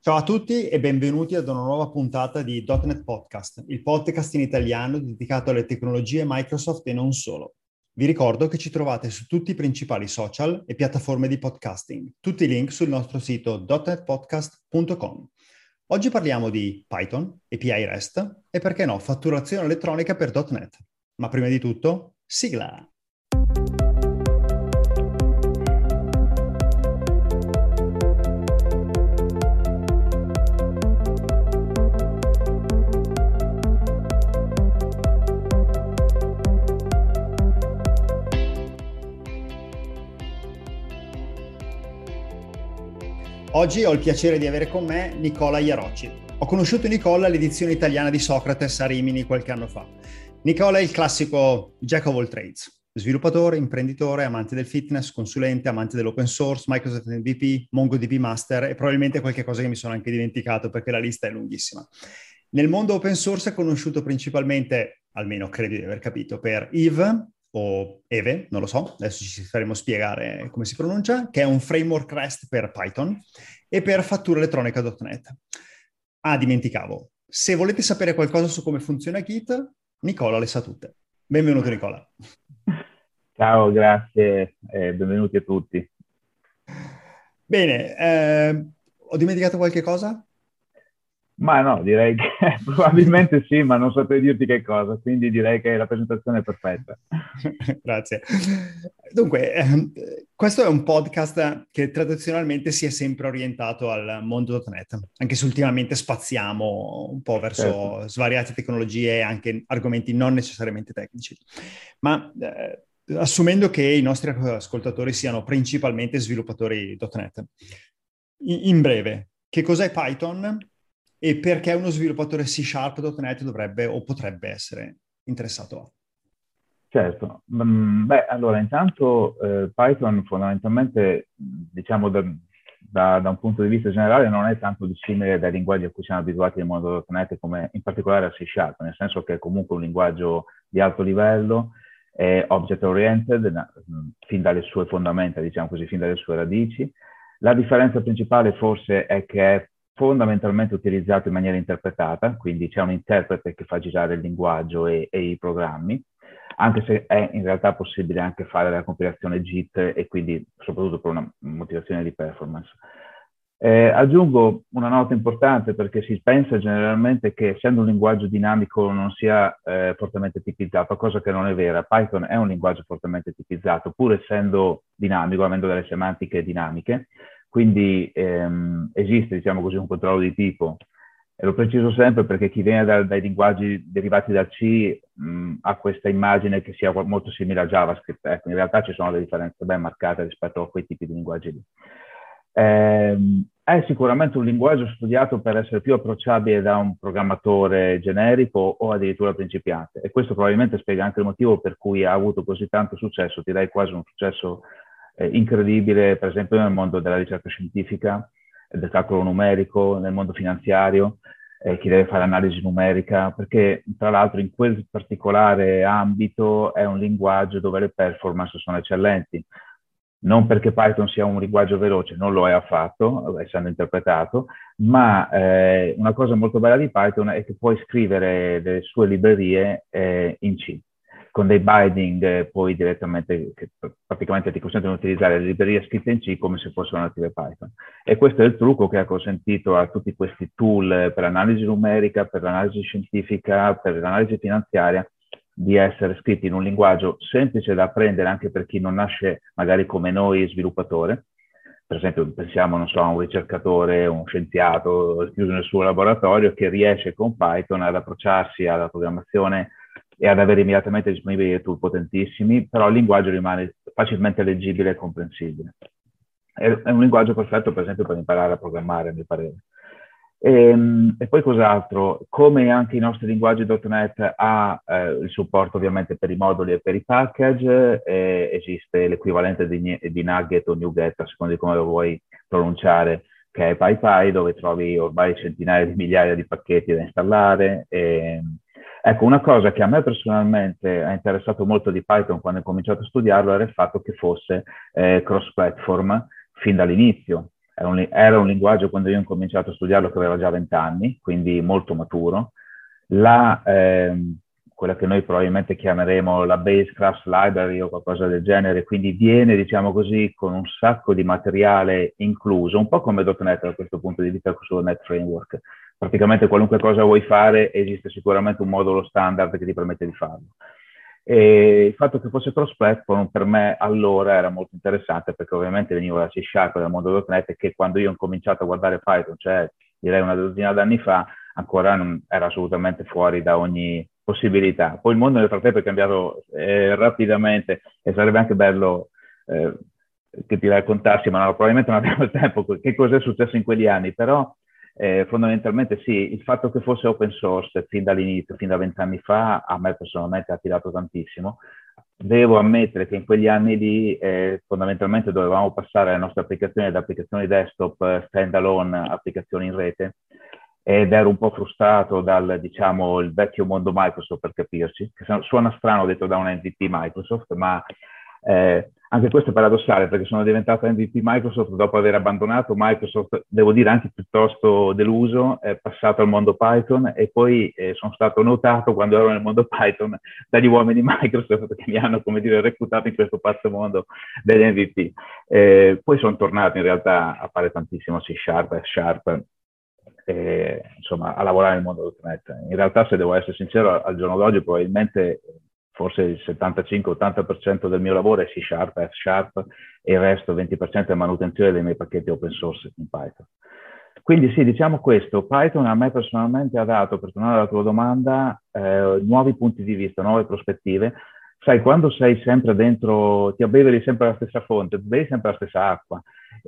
Ciao a tutti e benvenuti ad una nuova puntata di .NET Podcast, il podcast in italiano dedicato alle tecnologie Microsoft e non solo. Vi ricordo che ci trovate su tutti i principali social e piattaforme di podcasting, tutti i link sul nostro sito .netpodcast.com. Oggi parliamo di Python, API REST e perché no, fatturazione elettronica per .NET. Ma prima di tutto, sigla! Oggi ho il piacere di avere con me Nicola Iarocci. Ho conosciuto Nicola all'edizione italiana di Socrates a Rimini qualche anno fa. Nicola è il classico Jack of all trades, sviluppatore, imprenditore, amante del fitness, consulente, amante dell'open source, Microsoft MVP, MongoDB Master e probabilmente qualche cosa che mi sono anche dimenticato perché la lista è lunghissima. Nel mondo open source è conosciuto principalmente, almeno credo di aver capito, per Eve, o Eve, non lo so, adesso ci faremo spiegare come si pronuncia, che è un framework REST per Python e per fattura elettronica.NET. Ah, dimenticavo. Se volete sapere qualcosa su come funziona Git, Nicola le sa tutte. Benvenuto Nicola. Ciao, grazie e benvenuti a tutti. Bene, ho dimenticato qualche cosa? Ma no, direi che probabilmente sì, ma non saprei dirti che cosa, quindi direi che la presentazione è perfetta. Grazie. Dunque, questo è un podcast che tradizionalmente si è sempre orientato al mondo .NET, anche se ultimamente spaziamo un po' verso Certo. svariate tecnologie e anche argomenti non necessariamente tecnici. Ma assumendo che i nostri ascoltatori siano principalmente sviluppatori .NET, in breve, che cos'è Python? E perché uno sviluppatore C#.NET dovrebbe o potrebbe essere interessato a? Certo. Allora intanto Python fondamentalmente, diciamo da un punto di vista generale, non è tanto dissimile dai linguaggi a cui siamo abituati nel mondo .NET, come in particolare a C#, nel senso che è comunque un linguaggio di alto livello, è object-oriented, fin dalle sue fondamenta, diciamo così, fin dalle sue radici. La differenza principale forse è che è fondamentalmente utilizzato in maniera interpretata, quindi c'è un interprete che fa girare il linguaggio e i programmi, anche se è in realtà possibile anche fare la compilazione JIT e quindi soprattutto per una motivazione di performance. Aggiungo una nota importante perché si pensa generalmente che essendo un linguaggio dinamico non sia fortemente tipizzato, cosa che non è vera. Python è un linguaggio fortemente tipizzato, pur essendo dinamico, avendo delle semantiche dinamiche, quindi esiste, diciamo così, un controllo di tipo. E lo preciso sempre perché chi viene dai linguaggi derivati dal C ha questa immagine che sia molto simile a JavaScript. Ecco, in realtà ci sono delle differenze ben marcate rispetto a quei tipi di linguaggi lì. È sicuramente un linguaggio studiato per essere più approcciabile da un programmatore generico o addirittura principiante, e questo probabilmente spiega anche il motivo per cui ha avuto così tanto successo, direi quasi un successo incredibile, per esempio nel mondo della ricerca scientifica, del calcolo numerico, nel mondo finanziario, chi deve fare analisi numerica, perché tra l'altro in quel particolare ambito è un linguaggio dove le performance sono eccellenti. Non perché Python sia un linguaggio veloce, non lo è affatto, essendo interpretato, ma una cosa molto bella di Python è che puoi scrivere le sue librerie in C, con dei binding poi direttamente, che praticamente ti consentono di utilizzare le librerie scritte in C come se fossero native Python. E questo è il trucco che ha consentito a tutti questi tool per l'analisi numerica, per l'analisi scientifica, per l'analisi finanziaria, di essere scritti in un linguaggio semplice da apprendere anche per chi non nasce magari come noi sviluppatore. Per esempio pensiamo, non so, a un ricercatore, un scienziato chiuso nel suo laboratorio che riesce con Python ad approcciarsi alla programmazione e ad avere immediatamente disponibili dei tool potentissimi, però il linguaggio rimane facilmente leggibile e comprensibile. È un linguaggio perfetto, per esempio, per imparare a programmare, a mio parere. E poi cos'altro? Come anche i nostri linguaggi .NET ha il supporto ovviamente per i moduli e per i package, esiste l'equivalente di Nugget o NuGet, a seconda di come lo vuoi pronunciare, che è PyPy, dove trovi ormai centinaia di migliaia di pacchetti da installare. Ecco, una cosa che a me personalmente ha interessato molto di Python quando ho cominciato a studiarlo era il fatto che fosse cross-platform fin dall'inizio. era un linguaggio quando io ho incominciato a studiarlo che aveva già 20 anni, quindi molto maturo. Quella che noi probabilmente chiameremo la Base Class Library o qualcosa del genere, quindi viene, diciamo così, con un sacco di materiale incluso, un po' come .NET da questo punto di vista sul Net Framework. Praticamente qualunque cosa vuoi fare, esiste sicuramente un modulo standard che ti permette di farlo. E il fatto che fosse cross-platform per me allora era molto interessante, perché ovviamente venivo da C# dal mondo .NET, che quando io ho cominciato a guardare Python, cioè direi una dozzina d'anni fa, ancora non era assolutamente fuori da ogni possibilità. Poi il mondo nel frattempo è cambiato rapidamente e sarebbe anche bello che ti raccontassi, ma no, probabilmente non abbiamo il tempo, che cosa è successo in quegli anni, però fondamentalmente sì, il fatto che fosse open source fin dall'inizio, fin da 20 anni fa, a me personalmente ha attirato tantissimo. Devo ammettere che in quegli anni lì fondamentalmente dovevamo passare le nostre applicazioni da applicazioni desktop standalone a applicazioni in rete, ed ero un po' frustrato dal, diciamo, il vecchio mondo Microsoft, per capirci, che suona strano detto da un MVP Microsoft, ma anche questo è paradossale, perché sono diventato MVP Microsoft dopo aver abbandonato Microsoft, devo dire anche piuttosto deluso, passato al mondo Python, e poi sono stato notato quando ero nel mondo Python dagli uomini Microsoft che mi hanno, come dire, reclutato in questo pazzo mondo degli MVP. Poi sono tornato in realtà a fare tantissimo C#, F#, insomma, a lavorare nel mondo .NET. In realtà, se devo essere sincero, al giorno d'oggi probabilmente forse il 75-80% del mio lavoro è C#, F#, e il resto, 20%, è manutenzione dei miei pacchetti open source in Python. Quindi sì, diciamo questo, Python a me personalmente ha dato, per tornare alla tua domanda, nuovi punti di vista, nuove prospettive. Sai, quando sei sempre dentro, ti abbeveri sempre la stessa fonte, bevi sempre la stessa acqua,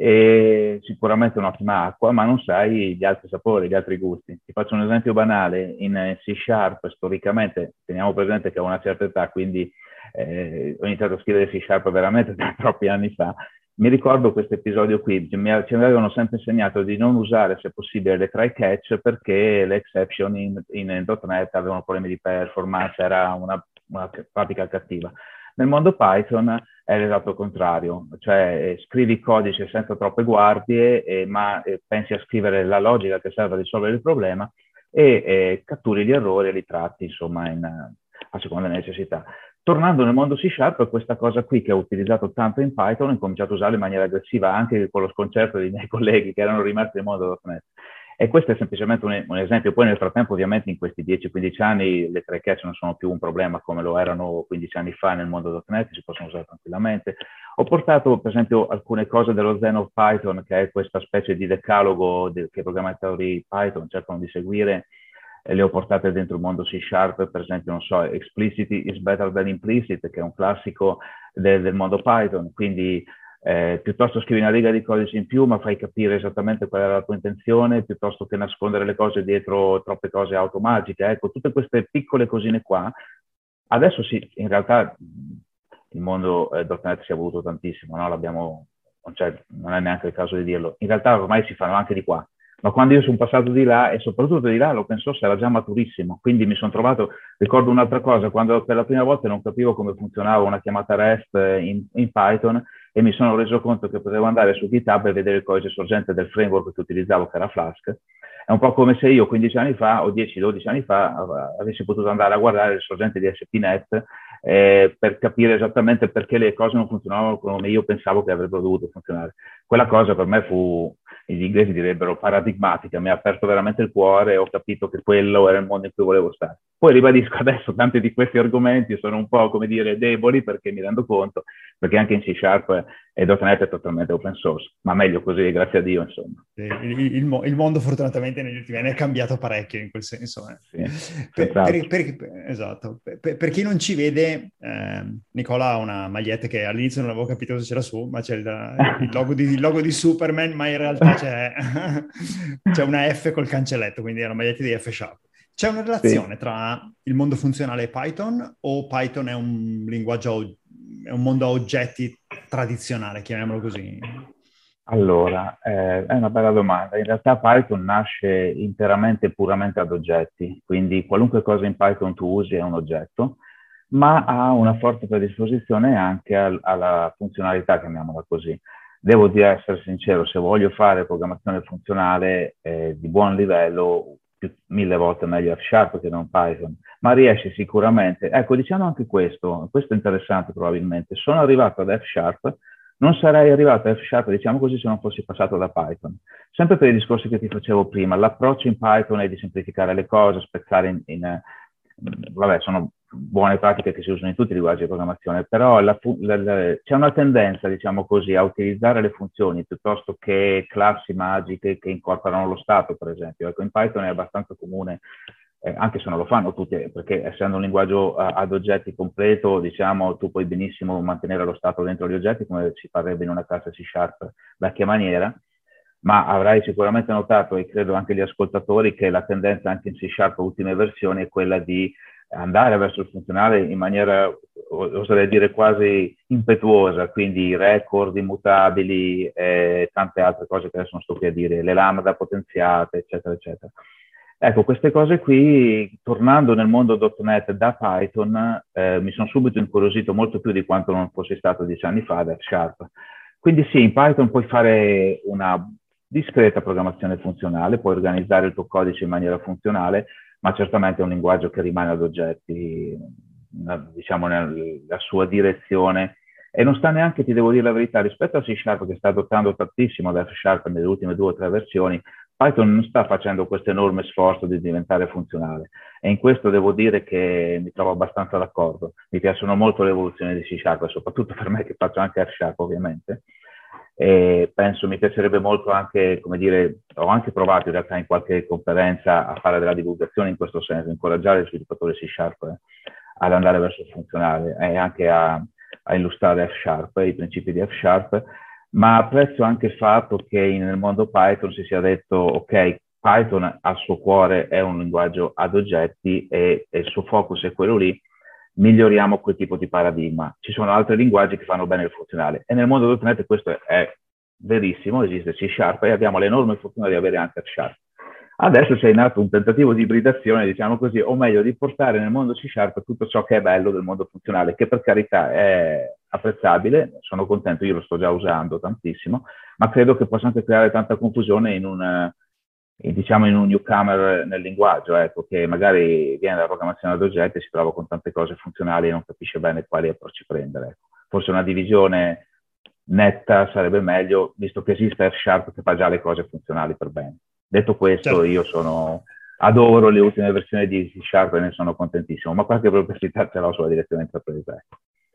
e sicuramente un'ottima acqua, ma non sai gli altri sapori, gli altri gusti. Ti faccio un esempio banale: in C#, storicamente, teniamo presente che ho una certa età, quindi ho iniziato a scrivere C# veramente da troppi anni fa. Mi ricordo questo episodio qui, ci avevano sempre insegnato di non usare, se possibile, le try catch, perché le exception in .NET avevano problemi di performance, era una pratica cattiva. Nel mondo Python è l'esatto contrario, cioè scrivi codice senza troppe guardie, ma pensi a scrivere la logica che serve a risolvere il problema, e catturi gli errori e li tratti, insomma, a seconda delle necessità. Tornando nel mondo C#, questa cosa qui che ho utilizzato tanto in Python, ho cominciato a usarla in maniera aggressiva anche con lo sconcerto dei miei colleghi che erano rimasti nel mondo .NET. E questo è semplicemente un esempio. Poi nel frattempo, ovviamente, in questi 10-15 anni le try catch non sono più un problema come lo erano 15 anni fa nel mondo .NET, si possono usare tranquillamente. Ho portato, per esempio, alcune cose dello Zen of Python, che è questa specie di decalogo che i programmatori Python cercano di seguire, e le ho portate dentro il mondo C#. Per esempio, non so, explicit is better than implicit, che è un classico del mondo Python, quindi piuttosto scrivi una riga di codice in più, ma fai capire esattamente qual era la tua intenzione, piuttosto che nascondere le cose dietro troppe cose automagiche. Ecco, tutte queste piccole cosine qua. Adesso sì, in realtà il mondo .NET si è evoluto tantissimo, no? Non è neanche il caso di dirlo. In realtà ormai si fanno anche di qua. Ma quando io sono passato di là, e soprattutto di là, l'open source era già maturissimo, quindi mi sono trovato, ricordo un'altra cosa, quando per la prima volta non capivo come funzionava una chiamata REST in Python, e mi sono reso conto che potevo andare su GitHub e vedere il codice sorgente del framework che utilizzavo, che era Flask. È un po' come se io 15 anni fa o 10-12 anni fa avessi potuto andare a guardare il sorgente di ASP.NET per capire esattamente perché le cose non funzionavano come io pensavo che avrebbero dovuto funzionare. Quella cosa per me fu, gli inglesi direbbero, paradigmatica, mi ha aperto veramente il cuore e ho capito che quello era il mondo in cui volevo stare. Poi ribadisco, adesso tanti di questi argomenti sono un po', come dire, deboli, perché mi rendo conto, perché anche in C# e .NET è totalmente open source, ma meglio così, grazie a Dio, insomma. Il mondo fortunatamente negli ultimi anni è cambiato parecchio in quel senso. Sì, esatto. Per chi non ci vede, Nicola ha una maglietta che all'inizio non avevo capito cosa c'era su, ma c'è il logo di Superman, ma in realtà c'è una F col cancelletto, quindi è una maglietta di F#. C'è una relazione tra il mondo funzionale e Python, o Python è un linguaggio, è un mondo a oggetti tradizionale, chiamiamolo così? Allora, è una bella domanda. In realtà Python nasce interamente e puramente ad oggetti, quindi qualunque cosa in Python tu usi è un oggetto, ma ha una forte predisposizione anche alla funzionalità, chiamiamola così. Devo essere sincero, se voglio fare programmazione funzionale di buon livello, 1000 volte meglio F# che non Python, ma riesce sicuramente. Ecco, diciamo anche questo è interessante probabilmente. Sono arrivato ad F#, non sarei arrivato a F#, diciamo così, se non fossi passato da Python. Sempre per i discorsi che ti facevo prima, l'approccio in Python è di semplificare le cose, spezzare vabbè, sono buone pratiche che si usano in tutti i linguaggi di programmazione, però c'è una tendenza, diciamo così, a utilizzare le funzioni piuttosto che classi magiche che incorporano lo stato, per esempio. Ecco, in Python è abbastanza comune, anche se non lo fanno tutti, perché essendo un linguaggio ad oggetti completo, diciamo, tu puoi benissimo mantenere lo stato dentro gli oggetti, come si farebbe in una classe C# vecchia maniera, ma avrai sicuramente notato, e credo anche gli ascoltatori, che la tendenza anche in C# ultime versioni è quella di andare verso il funzionale in maniera, oserei dire, quasi impetuosa, quindi record immutabili e tante altre cose che adesso non sto qui a dire, le lambda potenziate, eccetera, eccetera. Ecco, queste cose qui, tornando nel mondo .NET da Python, mi sono subito incuriosito molto più di quanto non fosse stato 10 anni fa da F#. Quindi sì, in Python puoi fare una discreta programmazione funzionale, puoi organizzare il tuo codice in maniera funzionale, ma certamente è un linguaggio che rimane ad oggetti, diciamo, nella sua direzione, e non sta neanche, ti devo dire la verità, rispetto a C# che sta adottando tantissimo da F# nelle ultime 2 o 3 versioni, Python non sta facendo questo enorme sforzo di diventare funzionale, e in questo devo dire che mi trovo abbastanza d'accordo. Mi piacciono molto le evoluzioni di C#, soprattutto per me che faccio anche F# ovviamente, e penso mi piacerebbe molto anche, come dire, ho anche provato in realtà in qualche conferenza a fare della divulgazione in questo senso, incoraggiare gli sviluppatori C# ad andare verso il funzionale e anche a illustrare F#, i principi di F#, ma apprezzo anche il fatto che nel mondo Python si sia detto, ok, Python al suo cuore è un linguaggio ad oggetti e il suo focus è quello lì, miglioriamo quel tipo di paradigma. Ci sono altri linguaggi che fanno bene il funzionale, e nel mondo .NET questo è verissimo, esiste C# e abbiamo l'enorme fortuna di avere anche F#. Adesso c'è in atto un tentativo di ibridazione, diciamo così, o meglio di portare nel mondo C# tutto ciò che è bello del mondo funzionale, che per carità è apprezzabile, sono contento, io lo sto già usando tantissimo, ma credo che possa anche creare tanta confusione diciamo in un newcomer nel linguaggio, ecco, che magari viene dalla programmazione ad oggetti e si trova con tante cose funzionali e non capisce bene quali approcci prendere. Ecco. Forse una divisione netta sarebbe meglio, visto che esiste F# che fa già le cose funzionali per bene. Detto questo, Certo. io adoro le ultime versioni di C# e ne sono contentissimo, ma qualche perplessità ce l'ho sulla direzione intrapresa. Ecco.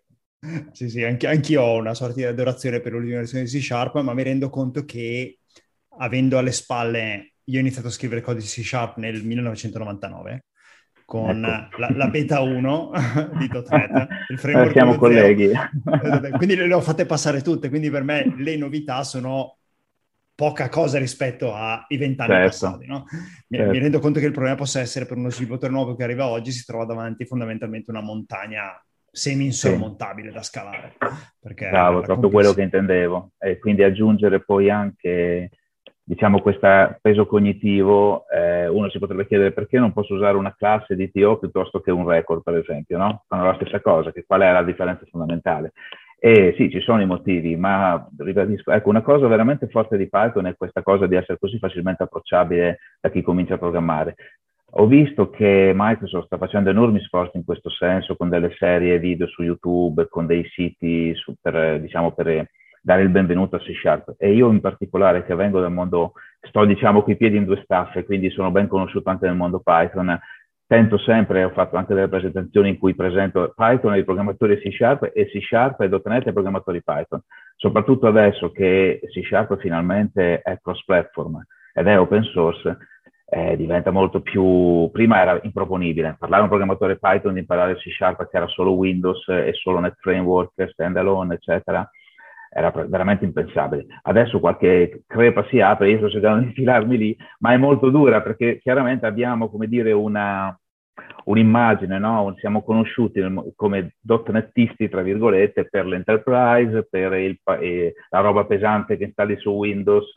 Sì, sì, anch'io ho una sorta di adorazione per l'ultima versione di C#, ma mi rendo conto che avendo alle spalle, io ho iniziato a scrivere codice C# nel 1999 con Ecco. la beta 1 di .NET, il framework Siamo 1.0. colleghi. Quindi le ho fatte passare tutte, quindi per me le novità sono poca cosa rispetto ai 20 anni Certo, passati, no? Mi certo. rendo conto che il problema possa essere per uno sviluppatore nuovo che arriva oggi, si trova davanti fondamentalmente una montagna Sì. semi-insormontabile da scalare, perché Bravo, è la proprio quello che complessità. intendevo. E quindi aggiungere poi anche, diciamo, questo peso cognitivo, uno si potrebbe chiedere perché non posso usare una classe di TO piuttosto che un record, per esempio, no? Fanno la stessa cosa, che qual è la differenza fondamentale? E sì, ci sono i motivi, ma ribadisco, ecco, una cosa veramente forte di Python è questa cosa di essere così facilmente approcciabile da chi comincia a programmare. Ho visto che Microsoft sta facendo enormi sforzi in questo senso, con delle serie video su YouTube, con dei siti diciamo, per dare il benvenuto a C#. E io in particolare, che vengo dal mondo, sto diciamo coi piedi in due staffe, quindi sono ben conosciuto anche nel mondo Python, tento sempre, ho fatto anche delle presentazioni in cui presento Python ai programmatori C# e C# e .NET ai programmatori Python, soprattutto adesso che C# finalmente è cross-platform ed è open source. Diventa molto più... Prima era improponibile parlare a un programmatore Python di imparare C# che era solo Windows e solo Net Framework, standalone, eccetera. Era veramente impensabile. Adesso qualche crepa si apre, io sto cercando di infilarmi lì, ma è molto dura perché chiaramente abbiamo, come dire, un'immagine, no? Siamo conosciuti come .NETisti, tra virgolette, per l'enterprise, per la roba pesante che installi su Windows,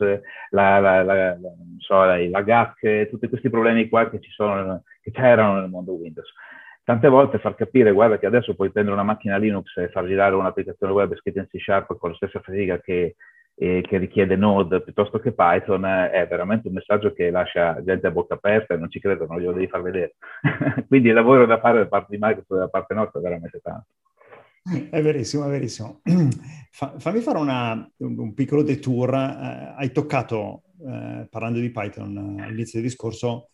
non so, la GAC, tutti questi problemi qua che che c'erano nel mondo Windows. Tante volte far capire, guarda che adesso puoi prendere una macchina Linux e far girare un'applicazione web scritta in C# con la stessa fatica che che richiede Node piuttosto che Python, è veramente un messaggio che lascia gente a bocca aperta e non ci credo, non glielo devi far vedere. Quindi il lavoro da fare da parte di Microsoft e da parte nostra è veramente tanto. È verissimo, è verissimo. Fammi fare un piccolo detour. Hai toccato, parlando di Python all'inizio del discorso,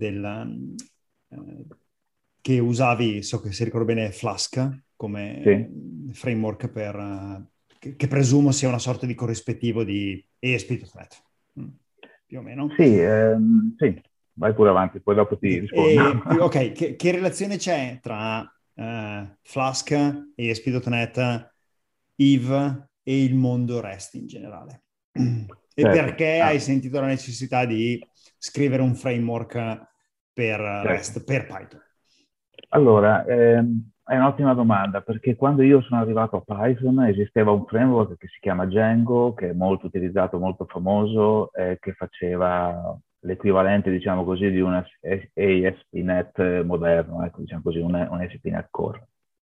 che usavi, so che si ricorda bene, Flask come framework che presumo sia una sorta di corrispettivo di ASP.NET, più o meno. Sì, sì, vai pure avanti, poi dopo ti rispondo. Ok, che relazione c'è tra Flask, ASP.NET, Eve e il mondo REST in generale? E perché hai sentito la necessità di scrivere un framework per REST, per Python? Allora, è un'ottima domanda, perché quando io sono arrivato a Python esisteva un framework che si chiama Django, che è molto utilizzato, molto famoso, che faceva l'equivalente, diciamo così, di un ASP.NET moderno, ecco, diciamo così, un ASP.NET Core.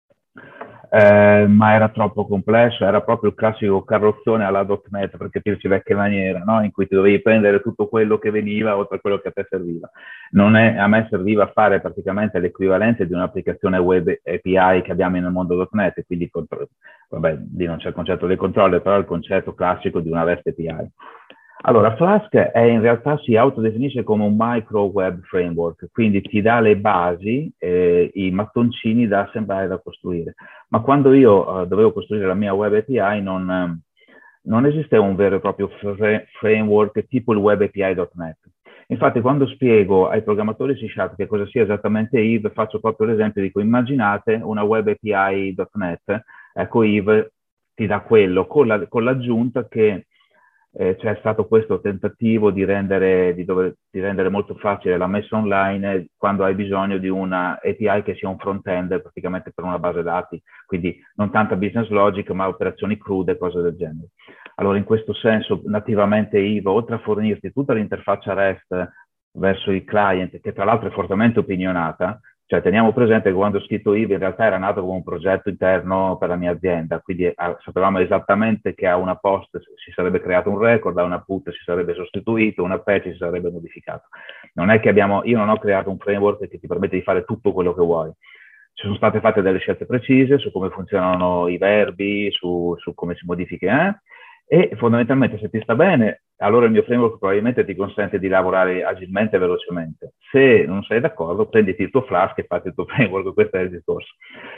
Ma era troppo complesso, era proprio il classico carrozzone alla .NET, per capirci vecchia maniera, no? In cui ti dovevi prendere tutto quello che veniva oltre a quello che a te serviva. A me serviva a fare praticamente l'equivalente di un'applicazione web API che abbiamo nel mondo .NET, quindi vabbè, lì non c'è il concetto dei controller, però il concetto classico di una REST API. Allora, Flask in realtà si autodefinisce come un micro web framework, quindi ti dà le basi, i mattoncini da assemblare e da costruire. Ma quando io dovevo costruire la mia web API non esisteva un vero e proprio framework tipo il web API.NET. Infatti quando spiego ai programmatori C# che cosa sia esattamente Eve, faccio proprio l'esempio, dico immaginate una web API.NET, ecco Eve ti dà quello, con l'aggiunta che c'è stato questo tentativo di rendere molto facile la messa online quando hai bisogno di una API che sia un front-end praticamente per una base dati, quindi non tanta business logic ma operazioni crude, cose del genere. Allora in questo senso nativamente Eve, oltre a fornirti tutta l'interfaccia REST verso il client, che tra l'altro è fortemente opinionata, cioè teniamo presente che quando ho scritto Eve in realtà era nato come un progetto interno per la mia azienda, quindi sapevamo esattamente che a una post si sarebbe creato un record, a una put si sarebbe sostituito, una patch si sarebbe modificato. Non è che io non ho creato un framework che ti permette di fare tutto quello che vuoi. Ci sono state fatte delle scelte precise su come funzionano i verbi, su come si modifica, e fondamentalmente se ti sta bene, allora il mio framework probabilmente ti consente di lavorare agilmente e velocemente. Se non sei d'accordo, prenditi il tuo Flask e fatti il tuo framework, questo è il discorso.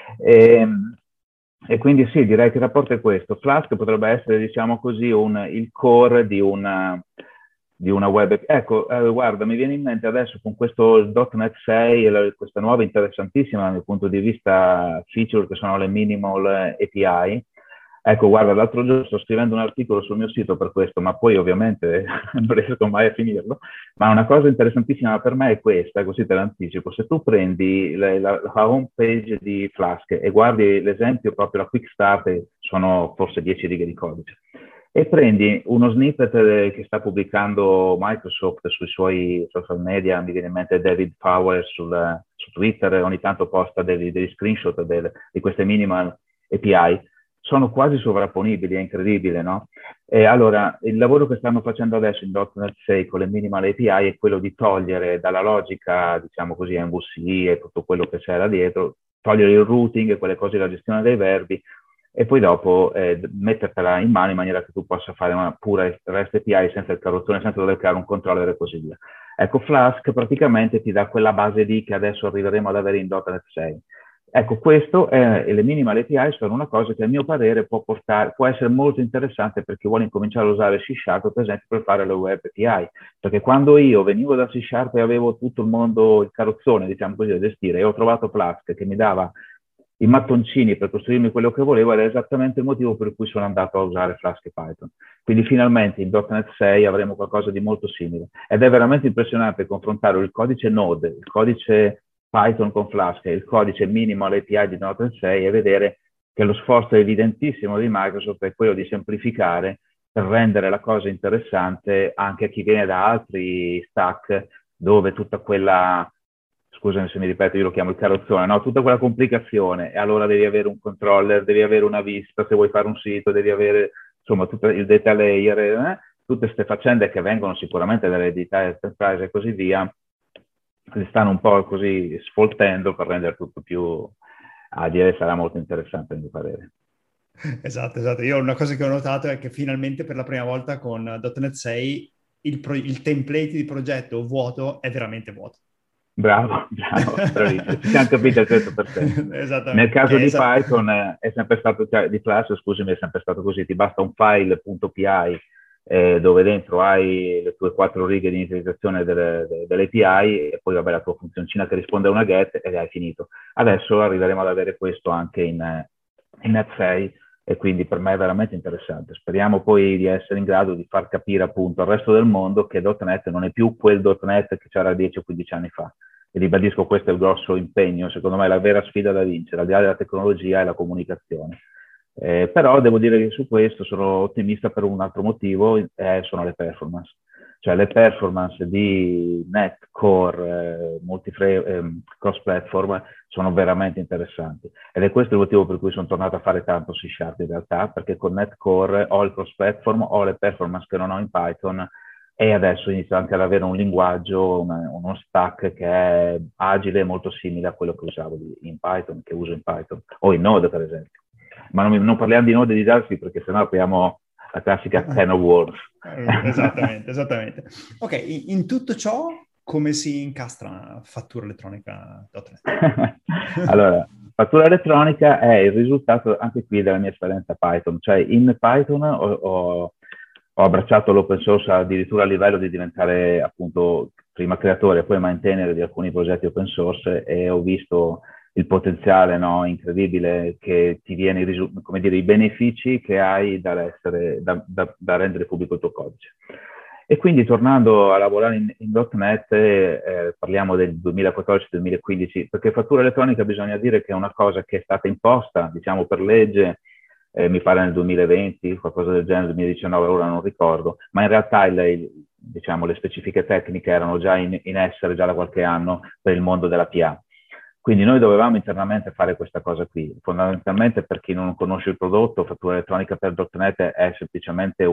E quindi sì, direi che il rapporto è questo. Flask potrebbe essere, diciamo così, il core di una web. Ecco, guarda, mi viene in mente adesso con questo .NET 6 e questa nuova interessantissima dal mio punto di vista feature che sono le minimal API. Ecco, guarda, l'altro giorno sto scrivendo un articolo sul mio sito per questo, ma poi ovviamente non riesco mai a finirlo. Ma una cosa interessantissima per me è questa, così te l'anticipo. Se tu prendi la home page di Flask e guardi l'esempio, proprio la quick start, sono forse 10 righe di codice, e prendi uno snippet che sta pubblicando Microsoft sui suoi social media, mi viene in mente David Powers su Twitter, ogni tanto posta degli screenshot di queste minimal API, sono quasi sovrapponibili, è incredibile, no? E allora, il lavoro che stanno facendo adesso in .NET 6 con le minimal API è quello di togliere dalla logica, diciamo così, MVC e tutto quello che c'era dietro, togliere il routing, quelle cose, la gestione dei verbi, e poi dopo mettertela in mano in maniera che tu possa fare una pura REST API senza il carrozzone, senza dover creare un controller e così via. Ecco, Flask praticamente ti dà quella base lì che adesso arriveremo ad avere in .NET 6. Ecco, questo e le minimal API sono una cosa che a mio parere può essere molto interessante per chi vuole incominciare a usare C# per esempio per fare le web API, perché quando io venivo da C# e avevo tutto il mondo, il carrozzone, diciamo così, da gestire, e ho trovato Flask che mi dava i mattoncini per costruirmi quello che volevo, era esattamente il motivo per cui sono andato a usare Flask e Python. Quindi finalmente in .NET 6 avremo qualcosa di molto simile. Ed è veramente impressionante confrontare il codice Node, il codice Python con Flask e il codice minimal API di .NET 6 e vedere che lo sforzo evidentissimo di Microsoft è quello di semplificare per rendere la cosa interessante anche a chi viene da altri stack dove tutta quella, scusami se mi ripeto, io lo chiamo il carrozzone, no? Tutta quella complicazione, e allora devi avere un controller, devi avere una vista, se vuoi fare un sito, devi avere insomma tutto il data layer, tutte queste faccende che vengono sicuramente dall'eredità enterprise e così via, si stanno un po' così sfoltendo per rendere tutto più agile. Sarà molto interessante a mio parere. Esatto. Io una cosa che ho notato è che finalmente per la prima volta con .NET 6 il template di progetto vuoto è veramente vuoto. Bravo, bravissimo, ci siamo capiti al 100%. Nel Esattamente. caso di Python è sempre stato, cioè, di Flash, scusami, è sempre stato così, ti basta un file.py dove dentro hai le tue 4 righe di inizializzazione dell'API e poi vabbè la tua funzioncina che risponde a una get ed hai finito. Adesso arriveremo ad avere questo anche in Net 6 e quindi per me è veramente interessante. Speriamo poi di essere in grado di far capire appunto al resto del mondo che .NET non è più quel .NET che c'era 10 o 15 anni fa. E ribadisco, questo è il grosso impegno, secondo me la vera sfida da vincere, al di là della tecnologia, è la comunicazione. Però devo dire che su questo sono ottimista per un altro motivo, sono le performance. Cioè le performance di Net Core, cross-platform, sono veramente interessanti. Ed è questo il motivo per cui sono tornato a fare tanto C# in realtà, perché con Net Core ho il cross-platform, ho le performance che non ho in Python, e adesso inizio anche ad avere un linguaggio, uno stack che è agile e molto simile a quello che usavo in Python, che uso in Python, o in Node per esempio. Ma non parliamo di Node e di JavaScript perché sennò apriamo la classica can of worms. Esattamente. Ok, in tutto ciò come si incastra fattura elettronica.net? Allora, fattura elettronica è il risultato anche qui della mia esperienza Python. Cioè in Python ho abbracciato l'open source addirittura a livello di diventare appunto prima creatore e poi maintainer di alcuni progetti open source, e ho visto il potenziale, no, incredibile che ti viene, come dire, i benefici che hai da rendere pubblico il tuo codice. E quindi tornando a lavorare in .NET, parliamo del 2014-2015, perché fattura elettronica bisogna dire che è una cosa che è stata imposta, diciamo, per legge, mi pare nel 2020, qualcosa del genere, 2019, ora non ricordo, ma in realtà diciamo, le specifiche tecniche erano già in essere già da qualche anno per il mondo della PA. Quindi noi dovevamo internamente fare questa cosa qui. Fondamentalmente, per chi non conosce il prodotto, fattura elettronica per .NET è semplicemente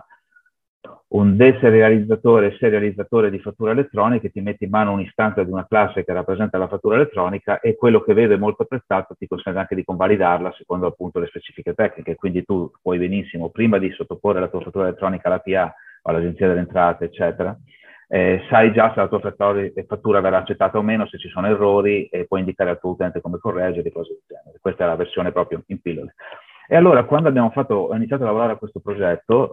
un deserializzatore e serializzatore di fattura elettronica che ti mette in mano un'istanza di una classe che rappresenta la fattura elettronica, e quello che vede molto apprezzato ti consente anche di convalidarla secondo appunto le specifiche tecniche. Quindi tu puoi benissimo, prima di sottoporre la tua fattura elettronica alla PA o all'Agenzia delle Entrate, eccetera, sai già se la tua fattura verrà accettata o meno, se ci sono errori, e puoi indicare al tuo utente come correggere, cose del genere. Questa è la versione proprio in pillole. E allora, quando ho iniziato a lavorare a questo progetto,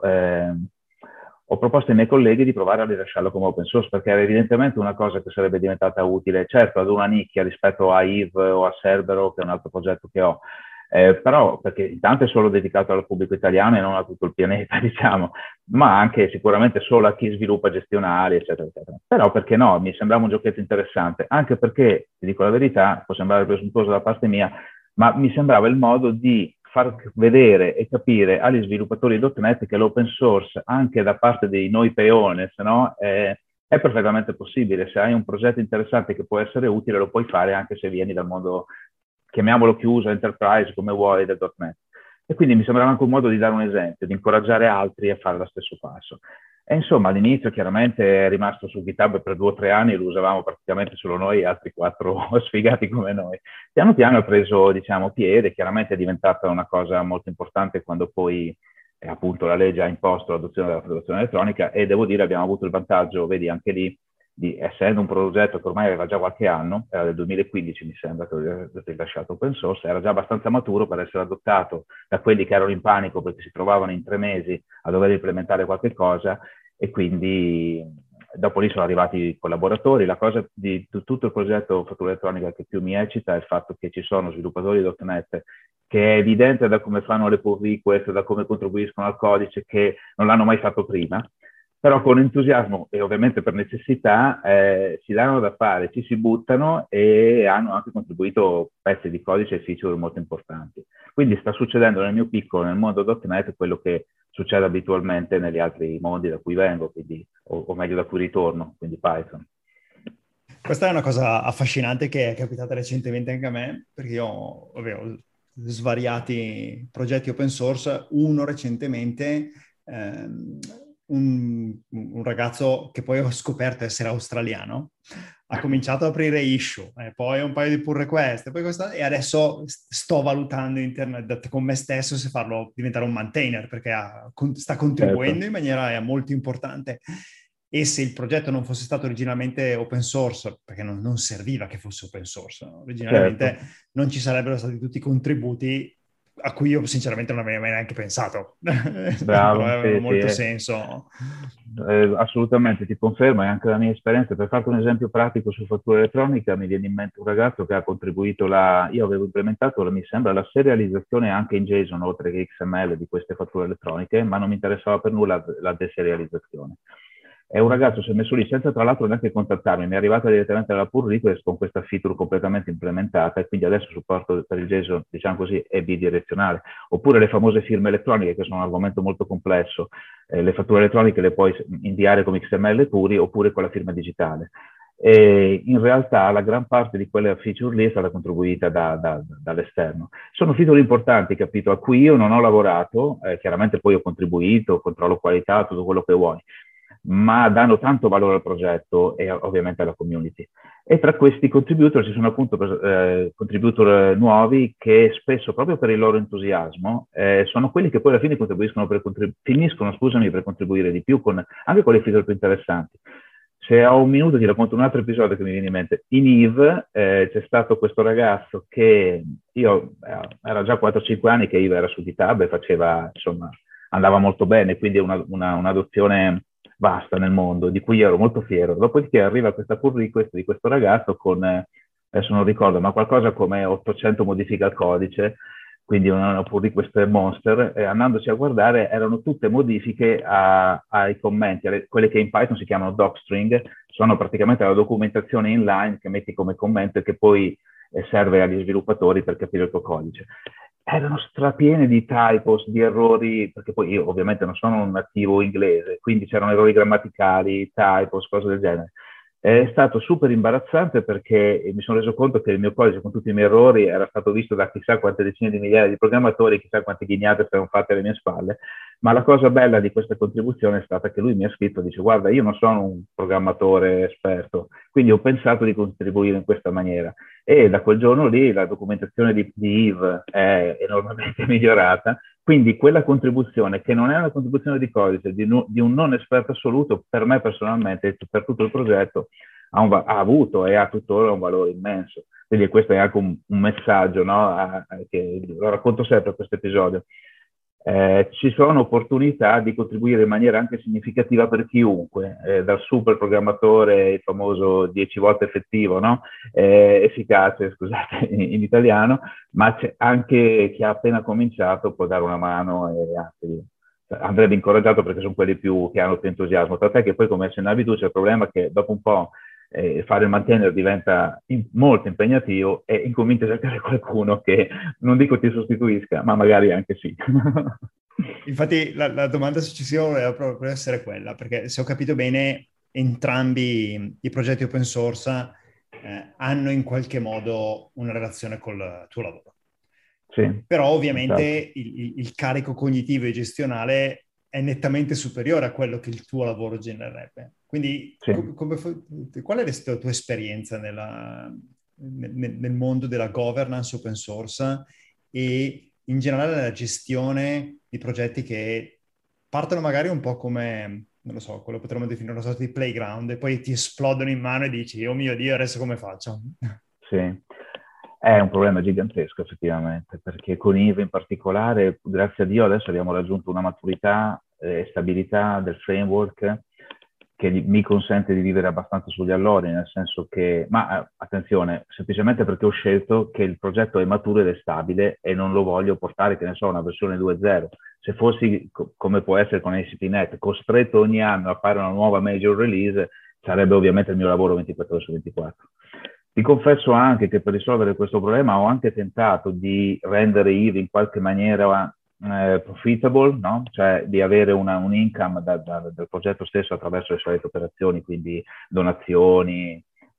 ho proposto ai miei colleghi di provare a rilasciarlo come open source, perché era evidentemente una cosa che sarebbe diventata utile, certo ad una nicchia rispetto a Eve o a Cerbero, che è un altro progetto che ho, però perché intanto è solo dedicato al pubblico italiano e non a tutto il pianeta, diciamo, ma anche sicuramente solo a chi sviluppa gestionali, eccetera, eccetera. Però perché no? Mi sembrava un giochetto interessante, anche perché, ti dico la verità, può sembrare presuntuoso da parte mia, ma mi sembrava il modo di far vedere e capire agli sviluppatori .NET che l'open source, anche da parte dei noi peones, no? È perfettamente possibile. Se hai un progetto interessante che può essere utile, lo puoi fare anche se vieni dal mondo, chiamiamolo chiuso, enterprise, come vuoi, del .NET. E quindi mi sembrava anche un modo di dare un esempio, di incoraggiare altri a fare lo stesso passo. E insomma, all'inizio chiaramente è rimasto su GitHub per 2 o 3 anni, lo usavamo praticamente solo noi e altri 4 sfigati come noi. Piano piano ha preso, diciamo, piede, chiaramente è diventata una cosa molto importante quando poi appunto la legge ha imposto l'adozione della fatturazione elettronica, e devo dire abbiamo avuto il vantaggio, vedi anche lì, essendo un progetto che ormai aveva già qualche anno, era del 2015 mi sembra che ho rilasciato open source, era già abbastanza maturo per essere adottato da quelli che erano in panico perché si trovavano in 3 mesi a dover implementare qualche cosa, e quindi dopo lì sono arrivati i collaboratori. La cosa di tutto il progetto fattura elettronica che più mi eccita è il fatto che ci sono sviluppatori .NET che è evidente da come fanno le pull request, da come contribuiscono al codice, che non l'hanno mai fatto prima, però con entusiasmo e ovviamente per necessità si danno da fare, ci si buttano, e hanno anche contribuito pezzi di codice e feature molto importanti. Quindi sta succedendo nel mio piccolo, nel mondo .NET, quello che succede abitualmente negli altri mondi da cui vengo, quindi, o meglio da cui ritorno, quindi Python. Questa è una cosa affascinante che è capitata recentemente anche a me, perché io svariati progetti open source, uno recentemente, un ragazzo che poi ho scoperto essere australiano, ha cominciato ad aprire issue, poi un paio di pull request, e adesso sto valutando internet con me stesso se farlo diventare un maintainer, perché sta contribuendo in maniera molto importante. E se il progetto non fosse stato originalmente open source, perché non serviva che fosse open source, no? Originariamente non ci sarebbero stati tutti i contributi a cui io sinceramente non avevo mai neanche pensato. Bravo, Però avevano molto senso. Assolutamente, ti confermo, è anche la mia esperienza. Per farti un esempio pratico su fattura elettronica, mi viene in mente un ragazzo che ha contribuito io avevo implementato, mi sembra, la serializzazione anche in JSON, oltre che XML, di queste fatture elettroniche, ma non mi interessava per nulla la deserializzazione. E un ragazzo si è messo lì senza tra l'altro neanche contattarmi, mi è arrivata direttamente dalla pull request con questa feature completamente implementata e quindi adesso supporto per il JSON, diciamo così, è bidirezionale. Oppure le famose firme elettroniche, che sono un argomento molto complesso, le fatture elettroniche le puoi inviare come XML puri oppure con la firma digitale. E in realtà la gran parte di quella feature lì è stata contribuita dall'esterno. Sono feature importanti, capito, a cui io non ho lavorato, chiaramente poi ho contribuito, controllo qualità, tutto quello che vuoi, ma danno tanto valore al progetto e ovviamente alla community. E tra questi contributor ci sono appunto contributor nuovi che spesso, proprio per il loro entusiasmo, sono quelli che poi alla fine finiscono per contribuire di più, anche con le feature più interessanti. Se ho un minuto ti racconto un altro episodio che mi viene in mente. In Eve c'è stato questo ragazzo che era già 4-5 anni che Eve era su GitHub e faceva, insomma, andava molto bene, quindi un'adozione vasta nel mondo, di cui io ero molto fiero. Dopodiché arriva questa pull request di questo ragazzo con, adesso non ricordo, ma qualcosa come 800 modifiche al codice, quindi una pull request monster, e andandoci a guardare erano tutte modifiche ai commenti, quelle che in Python si chiamano docstring, sono praticamente la documentazione inline che metti come commento e che poi serve agli sviluppatori per capire il tuo codice. Erano strapiene di typos, di errori, perché poi io ovviamente non sono un nativo inglese, quindi c'erano errori grammaticali, typos, cose del genere. È stato super imbarazzante perché mi sono reso conto che il mio codice con tutti i miei errori era stato visto da chissà quante decine di migliaia di programmatori, chissà quante ghignate erano fatte alle mie spalle, ma la cosa bella di questa contribuzione è stata che lui mi ha scritto, dice guarda io non sono un programmatore esperto, quindi ho pensato di contribuire in questa maniera. E da quel giorno lì la documentazione di Eve è enormemente migliorata, quindi quella contribuzione, che non è una contribuzione di codice, di un non esperto assoluto, per me personalmente e per tutto il progetto, ha avuto e ha tuttora un valore immenso. Quindi questo è anche un messaggio, no? Che lo racconto sempre a questo episodio. Ci sono opportunità di contribuire in maniera anche significativa per chiunque, dal super programmatore, il famoso 10 volte effettivo, no? Efficace, scusate, in italiano, ma c'è anche chi ha appena cominciato può dare una mano e anzi andrebbe incoraggiato perché sono quelli che hanno più entusiasmo. Tant'è che poi, come accennavi tu, c'è il problema che dopo un po' fare il maintainer diventa molto impegnativo e incominci a cercare qualcuno che non dico ti sostituisca, ma magari anche sì. Infatti la domanda successiva voleva proprio essere quella, perché se ho capito bene entrambi i progetti open source hanno in qualche modo una relazione col tuo lavoro. Sì, però ovviamente il carico cognitivo e gestionale è nettamente superiore a quello che il tuo lavoro genererebbe. Quindi sì. qual è la tua esperienza nel mondo della governance open source e in generale nella gestione di progetti che partono magari un po' come, non lo so, quello potremmo definire una sorta di playground e poi ti esplodono in mano e dici, oh mio Dio, adesso come faccio? Sì. È un problema gigantesco effettivamente, perché con Eve in particolare, grazie a Dio, adesso abbiamo raggiunto una maturità e stabilità del framework che mi consente di vivere abbastanza sugli allori, nel senso che, ma attenzione, semplicemente perché ho scelto che il progetto è maturo ed è stabile e non lo voglio portare, che ne so, a una versione 2.0. Se fossi, come può essere con ACP.NET, costretto ogni anno a fare una nuova major release, sarebbe ovviamente il mio lavoro 24 ore su 24. Ti confesso anche che per risolvere questo problema ho anche tentato di rendere Eve in qualche maniera profitable, no? Cioè di avere un income dal progetto stesso attraverso le solite operazioni, quindi donazioni,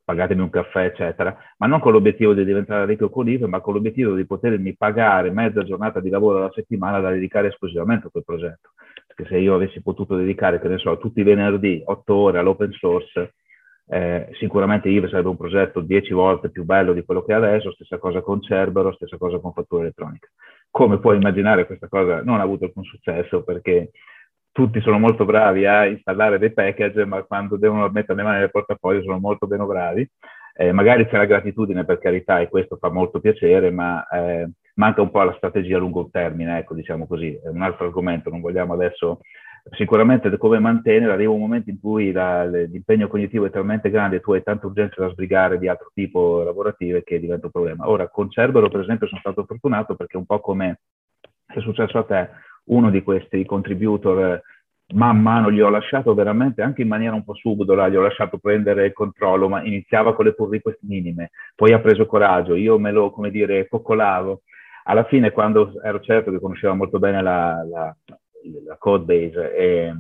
pagatemi un caffè, eccetera, ma non con l'obiettivo di diventare ricco con l'IVA, ma con l'obiettivo di potermi pagare mezza giornata di lavoro alla settimana da dedicare esclusivamente a quel progetto. Perché se io avessi potuto dedicare, che ne so, tutti i venerdì 8 ore all'open source, sicuramente IVA sarebbe un progetto 10 volte più bello di quello che è adesso, stessa cosa con Cerbero, stessa cosa con fattura elettronica. Come puoi immaginare, questa cosa non ha avuto alcun successo, perché tutti sono molto bravi a installare dei package, ma quando devono mettere le mani nel portafoglio sono molto meno bravi. Magari c'è la gratitudine, per carità, e questo fa molto piacere, ma manca un po' la strategia a lungo termine, ecco, diciamo così. È un altro argomento, non vogliamo adesso... Sicuramente come mantenere, arriva un momento in cui l'impegno cognitivo è talmente grande e tu hai tante urgenze da sbrigare di altro tipo lavorative che diventa un problema. Ora, con Cerbero, per esempio, sono stato fortunato perché un po' come è successo a te, uno di questi contributor, man mano gli ho lasciato veramente, anche in maniera un po' subdola, gli ho lasciato prendere il controllo, ma iniziava con le pull request minime, poi ha preso coraggio, io me lo, come dire, coccolavo. Alla fine, quando ero certo che conosceva molto bene la code base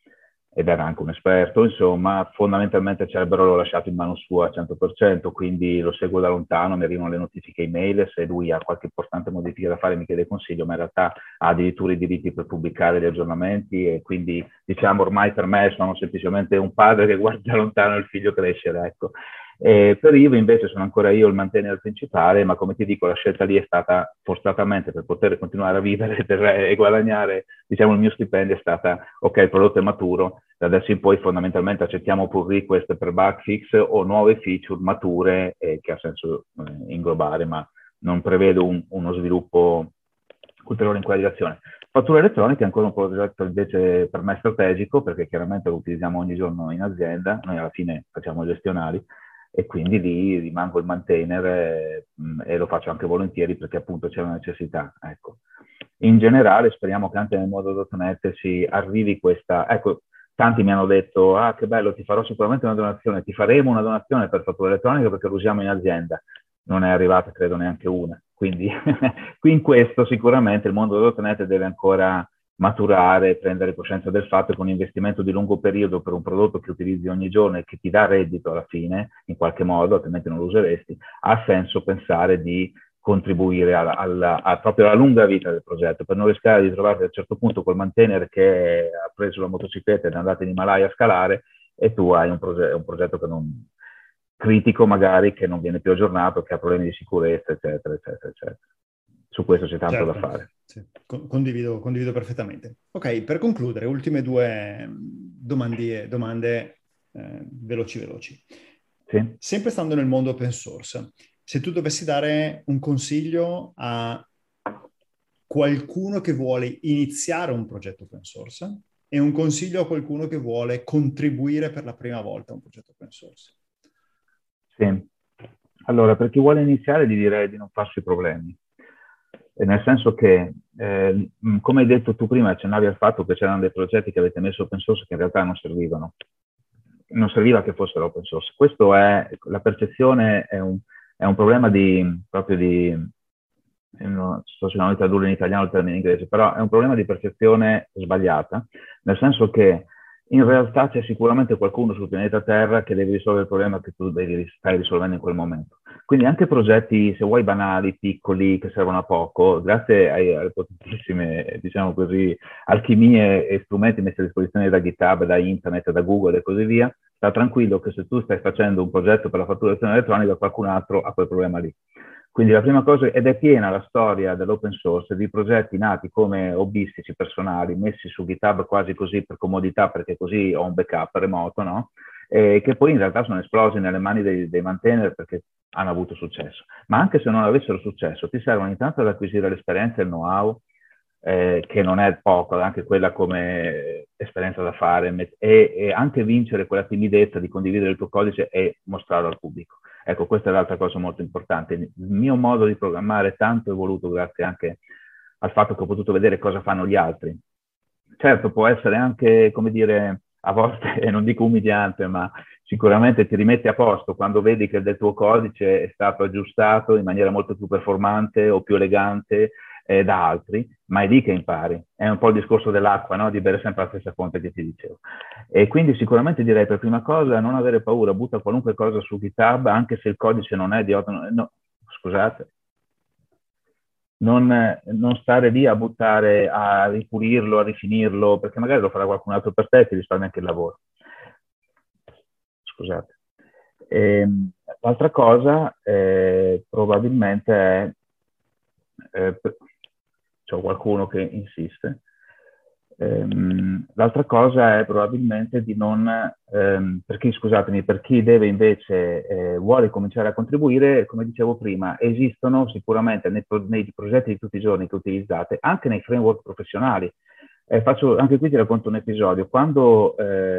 ed era anche un esperto, insomma, fondamentalmente Cerbero l'ho lasciato in mano sua al 100%, quindi lo seguo da lontano, mi arrivano le notifiche email, se lui ha qualche importante modifica da fare mi chiede consiglio, ma in realtà ha addirittura i diritti per pubblicare gli aggiornamenti e quindi, diciamo, ormai per me sono semplicemente un padre che guarda da lontano il figlio crescere, ecco. Per IVA invece sono ancora io il mantenere principale, ma come ti dico la scelta lì è stata forzatamente per poter continuare a vivere e guadagnare, diciamo, il mio stipendio è stata ok, il prodotto è maturo, da adesso in poi fondamentalmente accettiamo pull request per bug fix o nuove feature mature che ha senso inglobare, ma non prevedo uno sviluppo ulteriore in quella direzione. Fattura elettronica è ancora un progetto invece per me strategico, perché chiaramente lo utilizziamo ogni giorno in azienda, noi alla fine facciamo gestionali, e quindi lì rimango il maintainer e lo faccio anche volentieri perché appunto c'è una necessità. Ecco. In generale speriamo che anche nel mondo.net si arrivi questa... Ecco, tanti mi hanno detto, ah che bello, ti farò sicuramente una donazione, ti faremo una donazione per fattura elettronica perché lo usiamo in azienda. Non è arrivata, credo, neanche una. Quindi qui in questo sicuramente il mondo.net deve ancora maturare, prendere coscienza del fatto che un investimento di lungo periodo per un prodotto che utilizzi ogni giorno e che ti dà reddito alla fine, in qualche modo, altrimenti non lo useresti, ha senso pensare di contribuire proprio alla lunga vita del progetto, per non rischiare di trovarti a un certo punto col maintainer che ha preso la motocicletta ed è andato in Himalaya a scalare e tu hai un progetto che non, critico magari, che non viene più aggiornato, che ha problemi di sicurezza, eccetera, eccetera, eccetera. Su questo c'è tanto da fare. Sì, condivido perfettamente. Ok, per concludere, ultime due domande veloci. Sì. Sempre stando nel mondo open source, se tu dovessi dare un consiglio a qualcuno che vuole iniziare un progetto open source e un consiglio a qualcuno che vuole contribuire per la prima volta a un progetto open source. Sì. Allora, per chi vuole iniziare gli direi di non farsi problemi. Nel senso che, come hai detto tu prima, accennavi al fatto che c'erano dei progetti che avete messo open source che in realtà non servivano. Non serviva che fossero open source. Questo è, la percezione è un problema proprio di, non so se non tradurre in italiano il termine in inglese, però è un problema di percezione sbagliata, nel senso che in realtà c'è sicuramente qualcuno sul pianeta Terra che deve risolvere il problema che tu stai risolvendo in quel momento. Quindi anche progetti, se vuoi, banali, piccoli, che servono a poco, grazie alle potentissime, diciamo così, alchimie e strumenti messi a disposizione da GitHub, da Internet, da Google e così via, sta tranquillo che se tu stai facendo un progetto per la fatturazione elettronica, qualcun altro ha quel problema lì. Quindi la prima cosa, ed è piena la storia dell'open source di progetti nati come hobbistici personali, messi su GitHub quasi così per comodità, perché così ho un backup remoto, no? Che poi in realtà sono esplosi nelle mani dei maintainer perché hanno avuto successo. Ma anche se non avessero successo, ti servono intanto ad acquisire l'esperienza e il know-how, che non è poco, anche quella come esperienza da fare, e anche vincere quella timidezza di condividere il tuo codice e mostrarlo al pubblico. Ecco, questa è l'altra cosa molto importante. Il mio modo di programmare è tanto evoluto grazie anche al fatto che ho potuto vedere cosa fanno gli altri. Certo, può essere anche, come dire, a volte, non dico umiliante, ma sicuramente ti rimetti a posto quando vedi che del tuo codice è stato aggiustato in maniera molto più performante o più elegante da altri, ma è lì che impari. È un po' il discorso dell'acqua, no? Di bere sempre la stessa fonte che ti dicevo. E quindi sicuramente direi per prima cosa non avere paura, butta qualunque cosa su GitHub, anche se il codice non è di scusate, non stare lì a buttare, a ripulirlo, a rifinirlo, perché magari lo farà qualcun altro per te e ti risparmia anche il lavoro. Scusate. L'altra cosa probabilmente è, c'è qualcuno che insiste, l'altra cosa è probabilmente di non, per chi deve invece vuole cominciare a contribuire, come dicevo prima, esistono sicuramente nei progetti di tutti i giorni che utilizzate, anche nei framework professionali. Anche qui ti racconto un episodio. Quando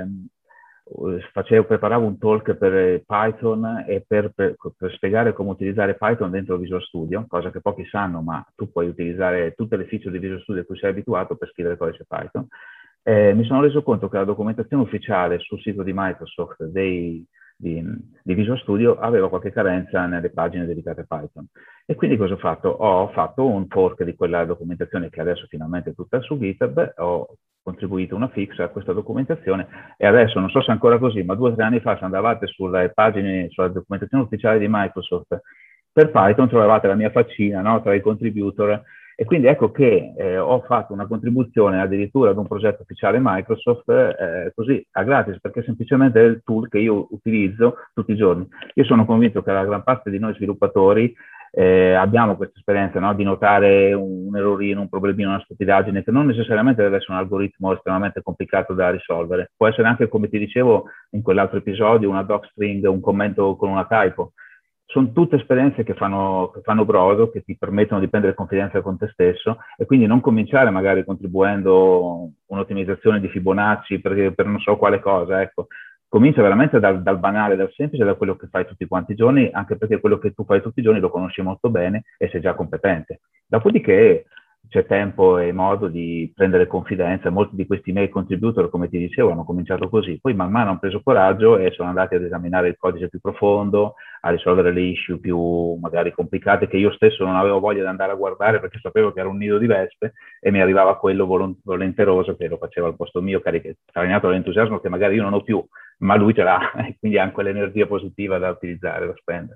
preparavo un talk per Python e per spiegare come utilizzare Python dentro Visual Studio, cosa che pochi sanno, ma tu puoi utilizzare tutte le feature di Visual Studio a cui sei abituato per scrivere codice Python. Mi sono reso conto che la documentazione ufficiale sul sito di Microsoft di Visual Studio aveva qualche carenza nelle pagine dedicate a Python. E quindi cosa ho fatto? Ho fatto un fork di quella documentazione che adesso finalmente è tutta su GitHub, ho contribuito una fix a questa documentazione e adesso, non so se è ancora così, ma 2 o 3 anni fa se andavate sulle pagine, sulla documentazione ufficiale di Microsoft per Python trovavate la mia faccina, no? Tra i contributor. E quindi ecco che ho fatto una contribuzione addirittura ad un progetto ufficiale Microsoft così a gratis, perché semplicemente è il tool che io utilizzo tutti i giorni. Io sono convinto che la gran parte di noi sviluppatori abbiamo questa esperienza, no? Di notare un errorino, un problemino, una stupidaggine che non necessariamente deve essere un algoritmo estremamente complicato da risolvere. Può essere anche, come ti dicevo in quell'altro episodio, una docstring, un commento con una typo. Sono tutte esperienze che fanno brodo, che ti permettono di prendere confidenza con te stesso e quindi non cominciare magari contribuendo un'ottimizzazione di Fibonacci per non so quale cosa, ecco. Comincia veramente dal banale, dal semplice, da quello che fai tutti quanti i giorni, anche perché quello che tu fai tutti i giorni lo conosci molto bene e sei già competente. Dopodiché c'è tempo e modo di prendere confidenza. Molti di questi miei contributor, come ti dicevo, hanno cominciato così. Poi man mano hanno preso coraggio e sono andati ad esaminare il codice più profondo, a risolvere le issue più magari complicate che io stesso non avevo voglia di andare a guardare perché sapevo che era un nido di vespe e mi arrivava quello volenteroso che lo faceva al posto mio, trainato dall'entusiasmo che magari io non ho più, ma lui ce l'ha e quindi ha quell'energia positiva da utilizzare, da spendere.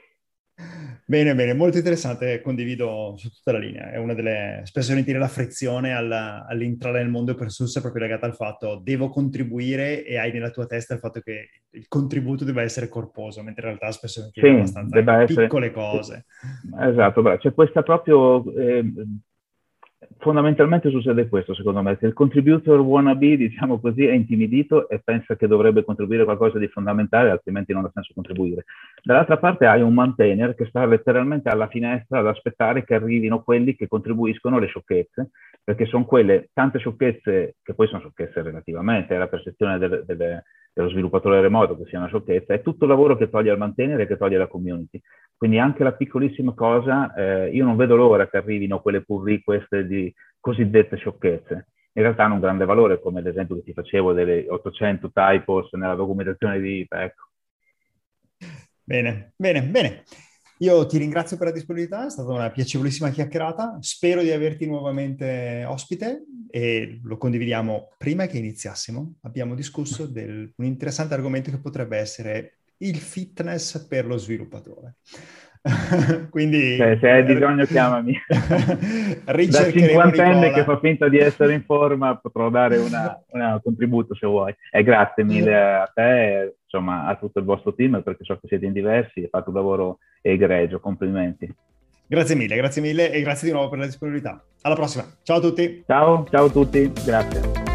Bene, bene, molto interessante, condivido su tutta la linea. È una delle, spesso volentieri la frizione all'entrare nel mondo open source è proprio legata al fatto devo contribuire e hai nella tua testa il fatto che il contributo deve essere corposo, mentre in realtà spesso volentieri è abbastanza piccole cose. Esatto, c'è questa proprio... fondamentalmente succede questo, secondo me, che il contributor wannabe, diciamo così, è intimidito e pensa che dovrebbe contribuire qualcosa di fondamentale, altrimenti non ha senso contribuire. Dall'altra parte hai un maintainer che sta letteralmente alla finestra ad aspettare che arrivino quelli che contribuiscono alle sciocchezze, perché sono quelle tante sciocchezze, che poi sono sciocchezze relativamente, è la percezione dello sviluppatore remoto che sia una sciocchezza, è tutto il lavoro che toglie al maintainer e che toglie alla community. Quindi anche la piccolissima cosa, io non vedo l'ora che arrivino quelle pull request di cosiddette sciocchezze. In realtà hanno un grande valore, come l'esempio che ti facevo delle 800 typos nella documentazione di Ecco. Bene, bene, bene. Io ti ringrazio per la disponibilità, è stata una piacevolissima chiacchierata. Spero di averti nuovamente ospite e lo condividiamo prima che iniziassimo. Abbiamo discusso di un interessante argomento che potrebbe essere il fitness per lo sviluppatore. Quindi se hai bisogno chiamami. Da cinquantenne che fa finta di essere in forma potrò dare un contributo se vuoi. E grazie mille a te, insomma a tutto il vostro team, perché so che siete in diversi e fate un lavoro egregio, complimenti. Grazie mille e grazie di nuovo per la disponibilità. Alla prossima, ciao a tutti. Ciao a tutti, grazie.